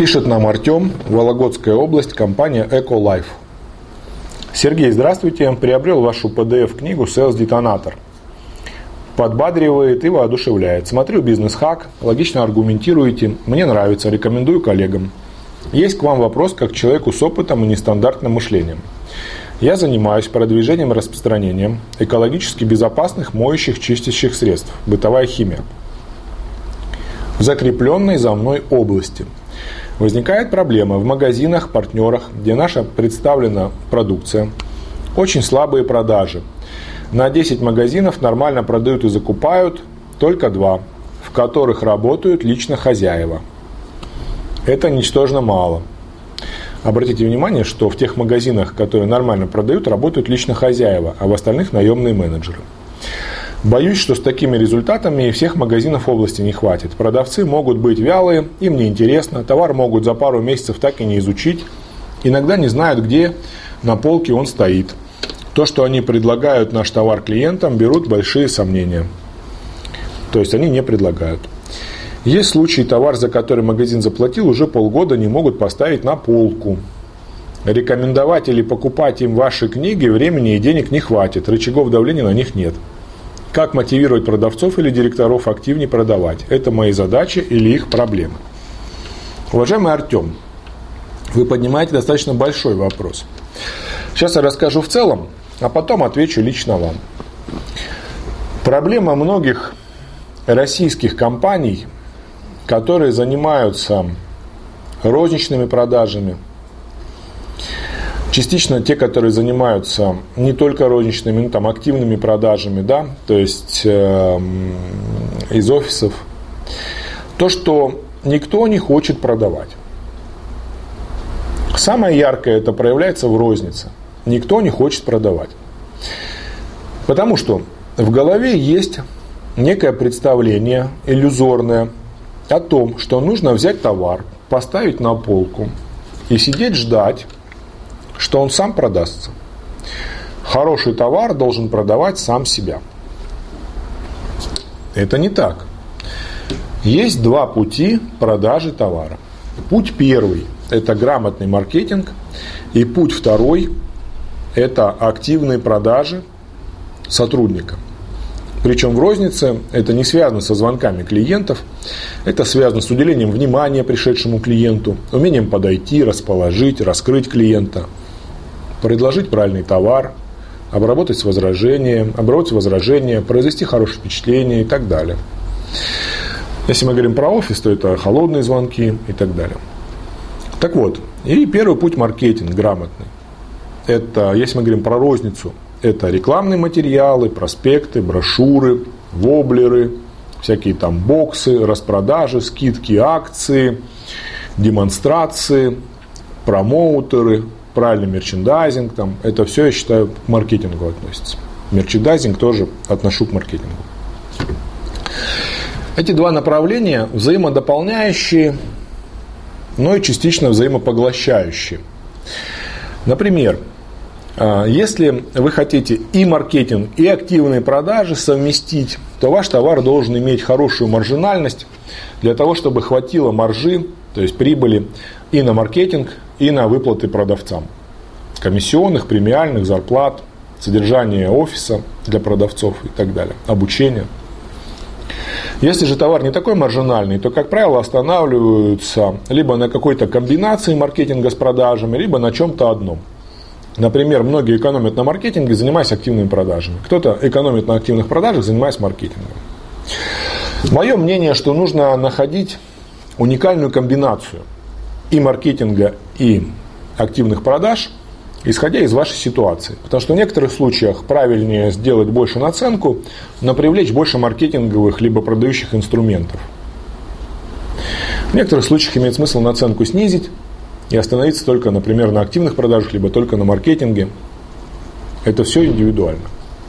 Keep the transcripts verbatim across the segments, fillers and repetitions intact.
Пишет нам Артем, Вологодская область, компания Эколайф. Сергей, здравствуйте. Приобрел вашу пи ди эф-книгу Sales Detonator. Подбадривает и воодушевляет. Смотрю бизнес-хак, логично аргументируете. Мне нравится, рекомендую коллегам. Есть к вам вопрос как к человеку с опытом и нестандартным мышлением. Я занимаюсь продвижением и распространением экологически безопасных моющих чистящих средств, бытовая химия, в закрепленной за мной области. Возникает проблема в магазинах, партнерах, где наша представлена продукция. Очень слабые продажи. На десять магазинов нормально продают и закупают только два, в которых работают лично хозяева. Это ничтожно мало. Обратите внимание, что в тех магазинах, которые нормально продают, работают лично хозяева, а в остальных наемные менеджеры. Боюсь, что с такими результатами и всех магазинов области не хватит. Продавцы могут быть вялые, им неинтересно, товар могут за пару месяцев так и не изучить. Иногда не знают, где на полке он стоит. То, что они предлагают наш товар клиентам, берут большие сомнения. То есть они не предлагают. Есть случаи, товар, за который магазин заплатил, уже полгода не могут поставить на полку. Рекомендовать или покупать им ваши книги времени и денег не хватит, рычагов давления на них нет. Как мотивировать продавцов или директоров активнее продавать? Это мои задачи или их проблемы? Уважаемый Артем, вы поднимаете достаточно большой вопрос. Сейчас я расскажу в целом, а потом отвечу лично вам. Проблема многих российских компаний, которые занимаются розничными продажами, частично те, которые занимаются не только розничными, но там активными продажами, да, то есть э, из офисов, то, что никто не хочет продавать. Самое яркое это проявляется в рознице. Никто не хочет продавать. Потому что в голове есть некое представление иллюзорное о том, что нужно взять товар, поставить на полку и сидеть ждать, что он сам продастся. Хороший товар должен продавать сам себя. Это не так. Есть два пути продажи товара. Путь первый – это грамотный маркетинг. И путь второй – это активные продажи сотрудника. Причем в рознице это не связано со звонками клиентов, это связано с уделением внимания пришедшему клиенту, умением подойти, расположить, раскрыть клиента, предложить правильный товар, обработать с возражением, обработать возражения, произвести хорошее впечатление и так далее. Если мы говорим про офис, то это холодные звонки и так далее. Так вот, и первый путь маркетинг грамотный. Это, если мы говорим про розницу, это рекламные материалы, проспекты, брошюры, воблеры, всякие там боксы, распродажи, скидки, акции, демонстрации, промоутеры, правильный мерчендайзинг. Там, это все, я считаю, к маркетингу относится. Мерчендайзинг тоже отношу к маркетингу. Эти два направления взаимодополняющие, но и частично взаимопоглощающие. Например, если вы хотите и маркетинг, и активные продажи совместить, то ваш товар должен иметь хорошую маржинальность для того, чтобы хватило маржи, то есть прибыли и на маркетинг, и на выплаты продавцам. Комиссионных, премиальных, зарплат, содержание офиса для продавцов и так далее, обучение. Если же товар не такой маржинальный, то, как правило, останавливаются либо на какой-то комбинации маркетинга с продажами, либо на чем-то одном. Например, многие экономят на маркетинге, занимаясь активными продажами. Кто-то экономит на активных продажах, занимаясь маркетингом. Мое мнение, что нужно находить уникальную комбинацию и маркетинга, и активных продаж, исходя из вашей ситуации. Потому что в некоторых случаях правильнее сделать больше наценку, но привлечь больше маркетинговых либо продающих инструментов. В некоторых случаях имеет смысл наценку снизить и остановиться только, например, на активных продажах, либо только на маркетинге. Это все индивидуально.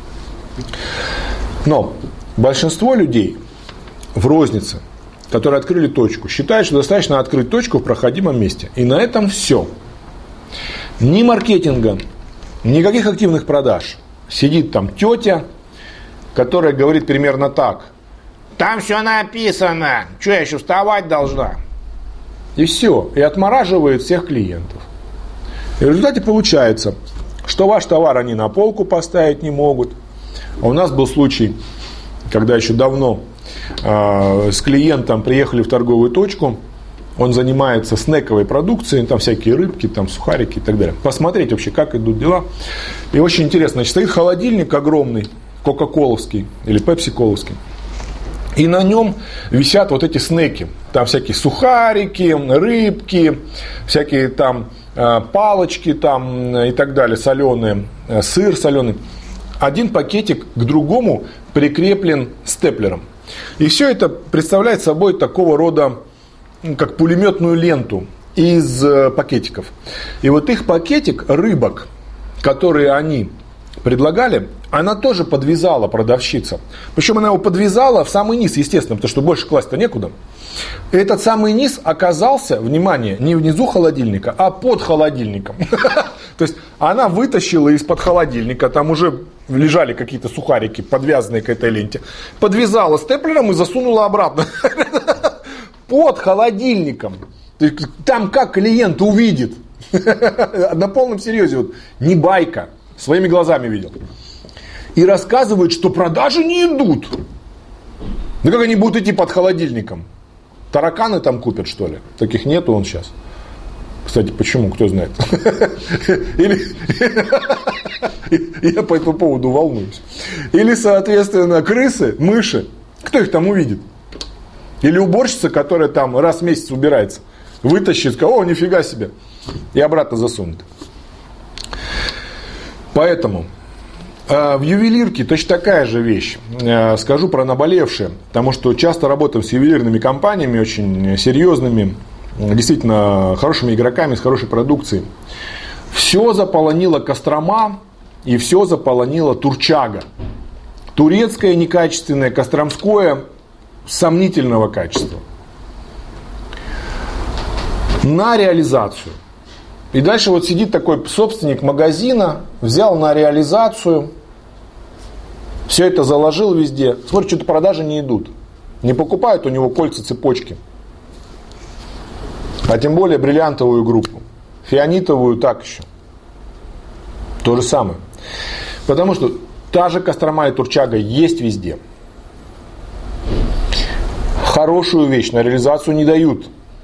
Но большинство людей в рознице, которые открыли точку, считают, что достаточно открыть точку в проходимом месте. И на этом все. Ни маркетинга, никаких активных продаж. Сидит там тетя, которая говорит примерно так: там все написано, что я еще вставать должна? И все. И отмораживает всех клиентов. И в результате получается, что ваш товар они на полку поставить не могут. А у нас был случай, когда еще давно э, с клиентом приехали в торговую точку. Он занимается снековой продукцией, там всякие рыбки, там сухарики и так далее. Посмотреть вообще, как идут дела. И очень интересно, значит, стоит холодильник огромный, кока-коловский или пепси-коловский. И на нем висят вот эти снеки. Там всякие сухарики, рыбки, всякие там э, палочки там, и так далее, соленые, э, сыр соленый. Один пакетик к другому прикреплен степлером. И все это представляет собой такого рода, как пулеметную ленту из э, пакетиков. И вот их пакетик рыбок, которые они предлагали, она тоже подвязала, продавщица. Причем она его подвязала в самый низ, естественно, потому что больше класть-то некуда. И этот самый низ оказался, внимание, не внизу холодильника, а под холодильником. То есть она вытащила из-под холодильника, там уже лежали какие-то сухарики, подвязанные к этой ленте, подвязала степлером и засунула обратно. Под холодильником. Там как клиент увидит. На полном серьезе. Вот, не байка. Своими глазами видел. И рассказывают, что продажи не идут. Ну как они будут идти под холодильником? Тараканы там купят, что ли? Таких нету он сейчас. Кстати, почему? Кто знает? Или... Я по этому поводу волнуюсь. Или, соответственно, крысы, мыши. Кто их там увидит? Или уборщица, которая там раз в месяц убирается. Вытащит, о, нифига себе. И обратно засунет. Поэтому э, в ювелирке точно такая же вещь. Э, скажу про наболевшее. Потому что часто работаем с ювелирными компаниями, очень серьезными, действительно хорошими игроками, с хорошей продукцией. Все заполонила Кострома и все заполонила Турчага. Турецкое некачественное, костромское сомнительного качества. На реализацию. И дальше вот сидит такой собственник магазина, взял на реализацию, все это заложил везде. Смотрит, что-то продажи не идут. Не покупают у него кольца, цепочки. А тем более бриллиантовую группу. Фианитовую так еще. То же самое. Потому что та же Кострома и Турчага есть везде. Хорошую вещь на реализацию не дают.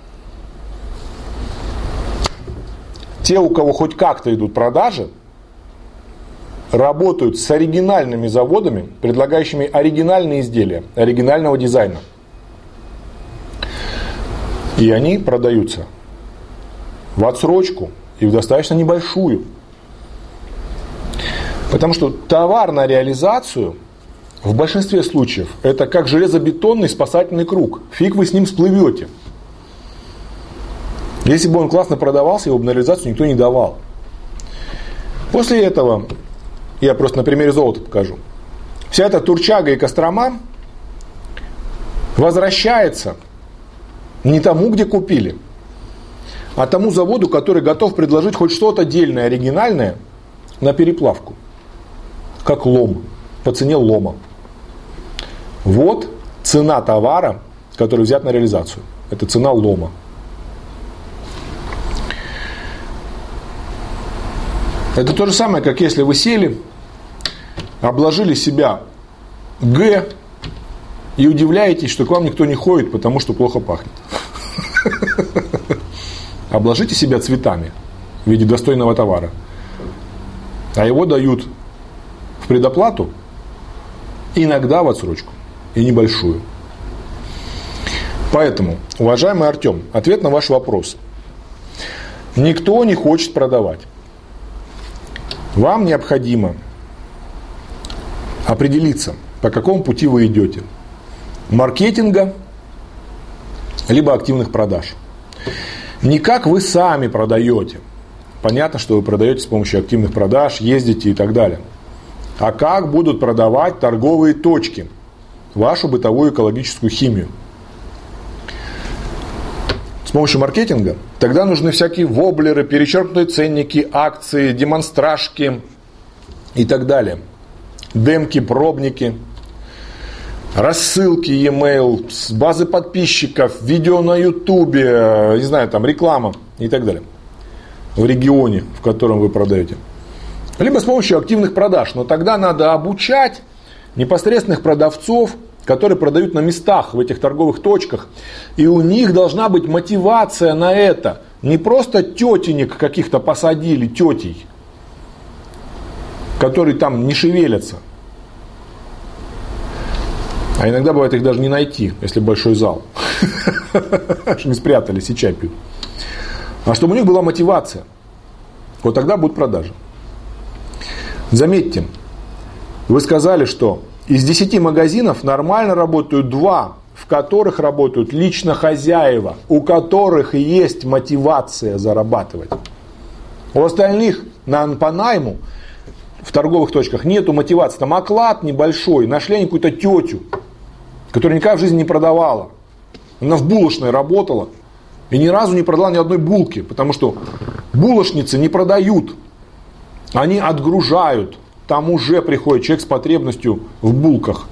Те, у кого хоть как-то идут продажи, работают с оригинальными заводами, предлагающими оригинальные изделия, оригинального дизайна. И они продаются в отсрочку и в достаточно небольшую. Потому что товар на реализацию в большинстве случаев это как железобетонный спасательный круг. Фиг вы с ним всплывете. Если бы он классно продавался, его бы на реализацию никто не давал. После этого, я просто на примере золота покажу. Вся эта Турчага и Кострома возвращается не тому, где купили, а тому заводу, который готов предложить хоть что-то дельное, оригинальное на переплавку. Как лом, по цене лома. Вот цена товара, который взят на реализацию. Это цена лома. Это то же самое, как если вы сели, обложили себя Г и удивляетесь, что к вам никто не ходит, потому что плохо пахнет. Обложите себя цветами в виде достойного товара, а его дают в предоплату, иногда в отсрочку, и небольшую. Поэтому, уважаемый Артем, ответ на ваш вопрос. Никто не хочет продавать. Вам необходимо определиться, по какому пути вы идете. Маркетинга, либо активных продаж. Не как вы сами продаете. Понятно, что вы продаете с помощью активных продаж, ездите и так далее. А как будут продавать торговые точки вашу бытовую экологическую химию. С помощью маркетинга тогда нужны всякие воблеры, перечеркнутые ценники, акции, демонстражки и так далее. Демки, пробники. рассылки e-mail, с базы подписчиков, видео на ютубе, не знаю, там реклама и так далее. В регионе, в котором вы продаете. Либо с помощью активных продаж. Но тогда надо обучать непосредственных продавцов, которые продают на местах, в этих торговых точках. И у них должна быть мотивация на это. Не просто тетенек каких-то посадили, тетей, которые там не шевелятся. А иногда бывает их даже не найти, если большой зал. Не спрятались и чай пьют. А чтобы у них была мотивация. Вот тогда будут продажи. Заметьте, вы сказали, что из десяти магазинов нормально работают два, в которых работают лично хозяева, у которых есть мотивация зарабатывать. У остальных на, по найму в торговых точках нету мотивации. Там оклад небольшой, нашли они какую-то тетю, которая никогда в жизни не продавала. Она в булочной работала и ни разу не продала ни одной булки, потому что булочницы не продают. Они отгружают. Там уже приходит человек с потребностью в булках.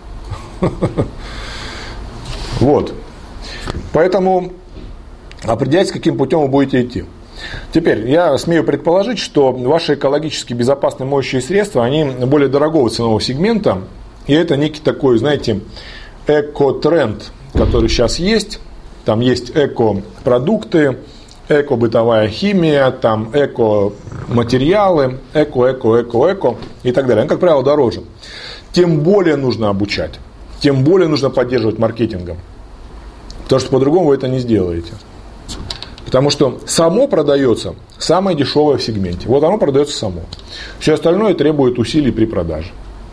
Вот. Поэтому определяйте, каким путем вы будете идти. Теперь, я смею предположить, что ваши экологически безопасные моющие средства, они более дорогого ценового сегмента. И это некий такой, знаете, эко-тренд, который сейчас есть. Там есть эко-продукты, эко-бытовая химия, там эко-материалы, эко-эко-эко-эко и так далее. Они, как правило, дороже. Тем более нужно обучать, тем более нужно поддерживать маркетингом. Потому что по-другому вы это не сделаете. Потому что само продается самое дешевое в сегменте. Вот оно продается само. Все остальное требует усилий при продаже.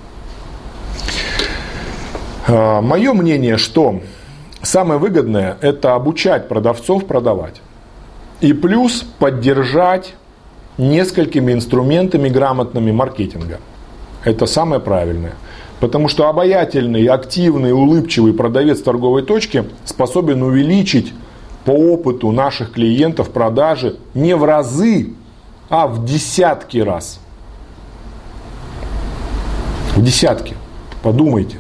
Мое мнение, что самое выгодное – это обучать продавцов продавать. И плюс поддержать несколькими инструментами грамотными маркетинга. Это самое правильное. Потому что обаятельный, активный, улыбчивый продавец торговой точки способен увеличить по опыту наших клиентов продажи не в разы, а в десятки раз. В десятки. Подумайте.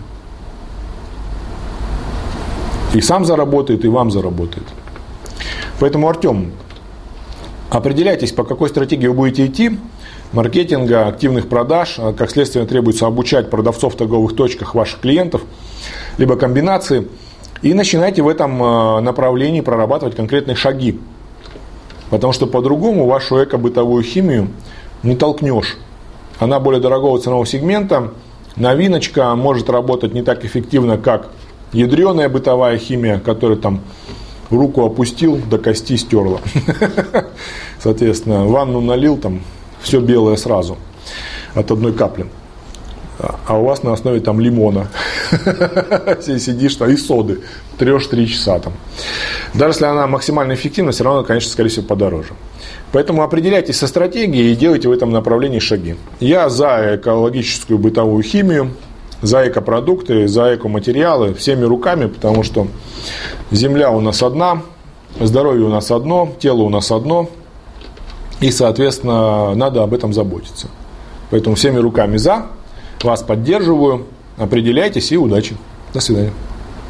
И сам заработает, и вам заработает. Поэтому, Артем, определяйтесь, по какой стратегии вы будете идти. Маркетинга, активных продаж. Как следствие, требуется обучать продавцов в торговых точках ваших клиентов. Либо комбинации. И начинайте в этом направлении прорабатывать конкретные шаги. Потому что по-другому вашу эко-бытовую химию не толкнешь. Она более дорогого ценового сегмента. Новиночка может работать не так эффективно, как ядреная бытовая химия, которая там руку опустил, до кости стерла. Соответственно, ванну налил, там все белое сразу от одной капли. А у вас на основе там лимона сидишь там и соды, трешь три часа там. Даже если она максимально эффективна, все равно, конечно, скорее всего, подороже. Поэтому определяйтесь со стратегией и делайте в этом направлении шаги. Я за экологическую бытовую химию, за экопродукты, за экоматериалы всеми руками, потому что земля у нас одна, здоровье у нас одно, тело у нас одно, и, соответственно, надо об этом заботиться. Поэтому всеми руками за, вас поддерживаю, определяйтесь и удачи. До свидания.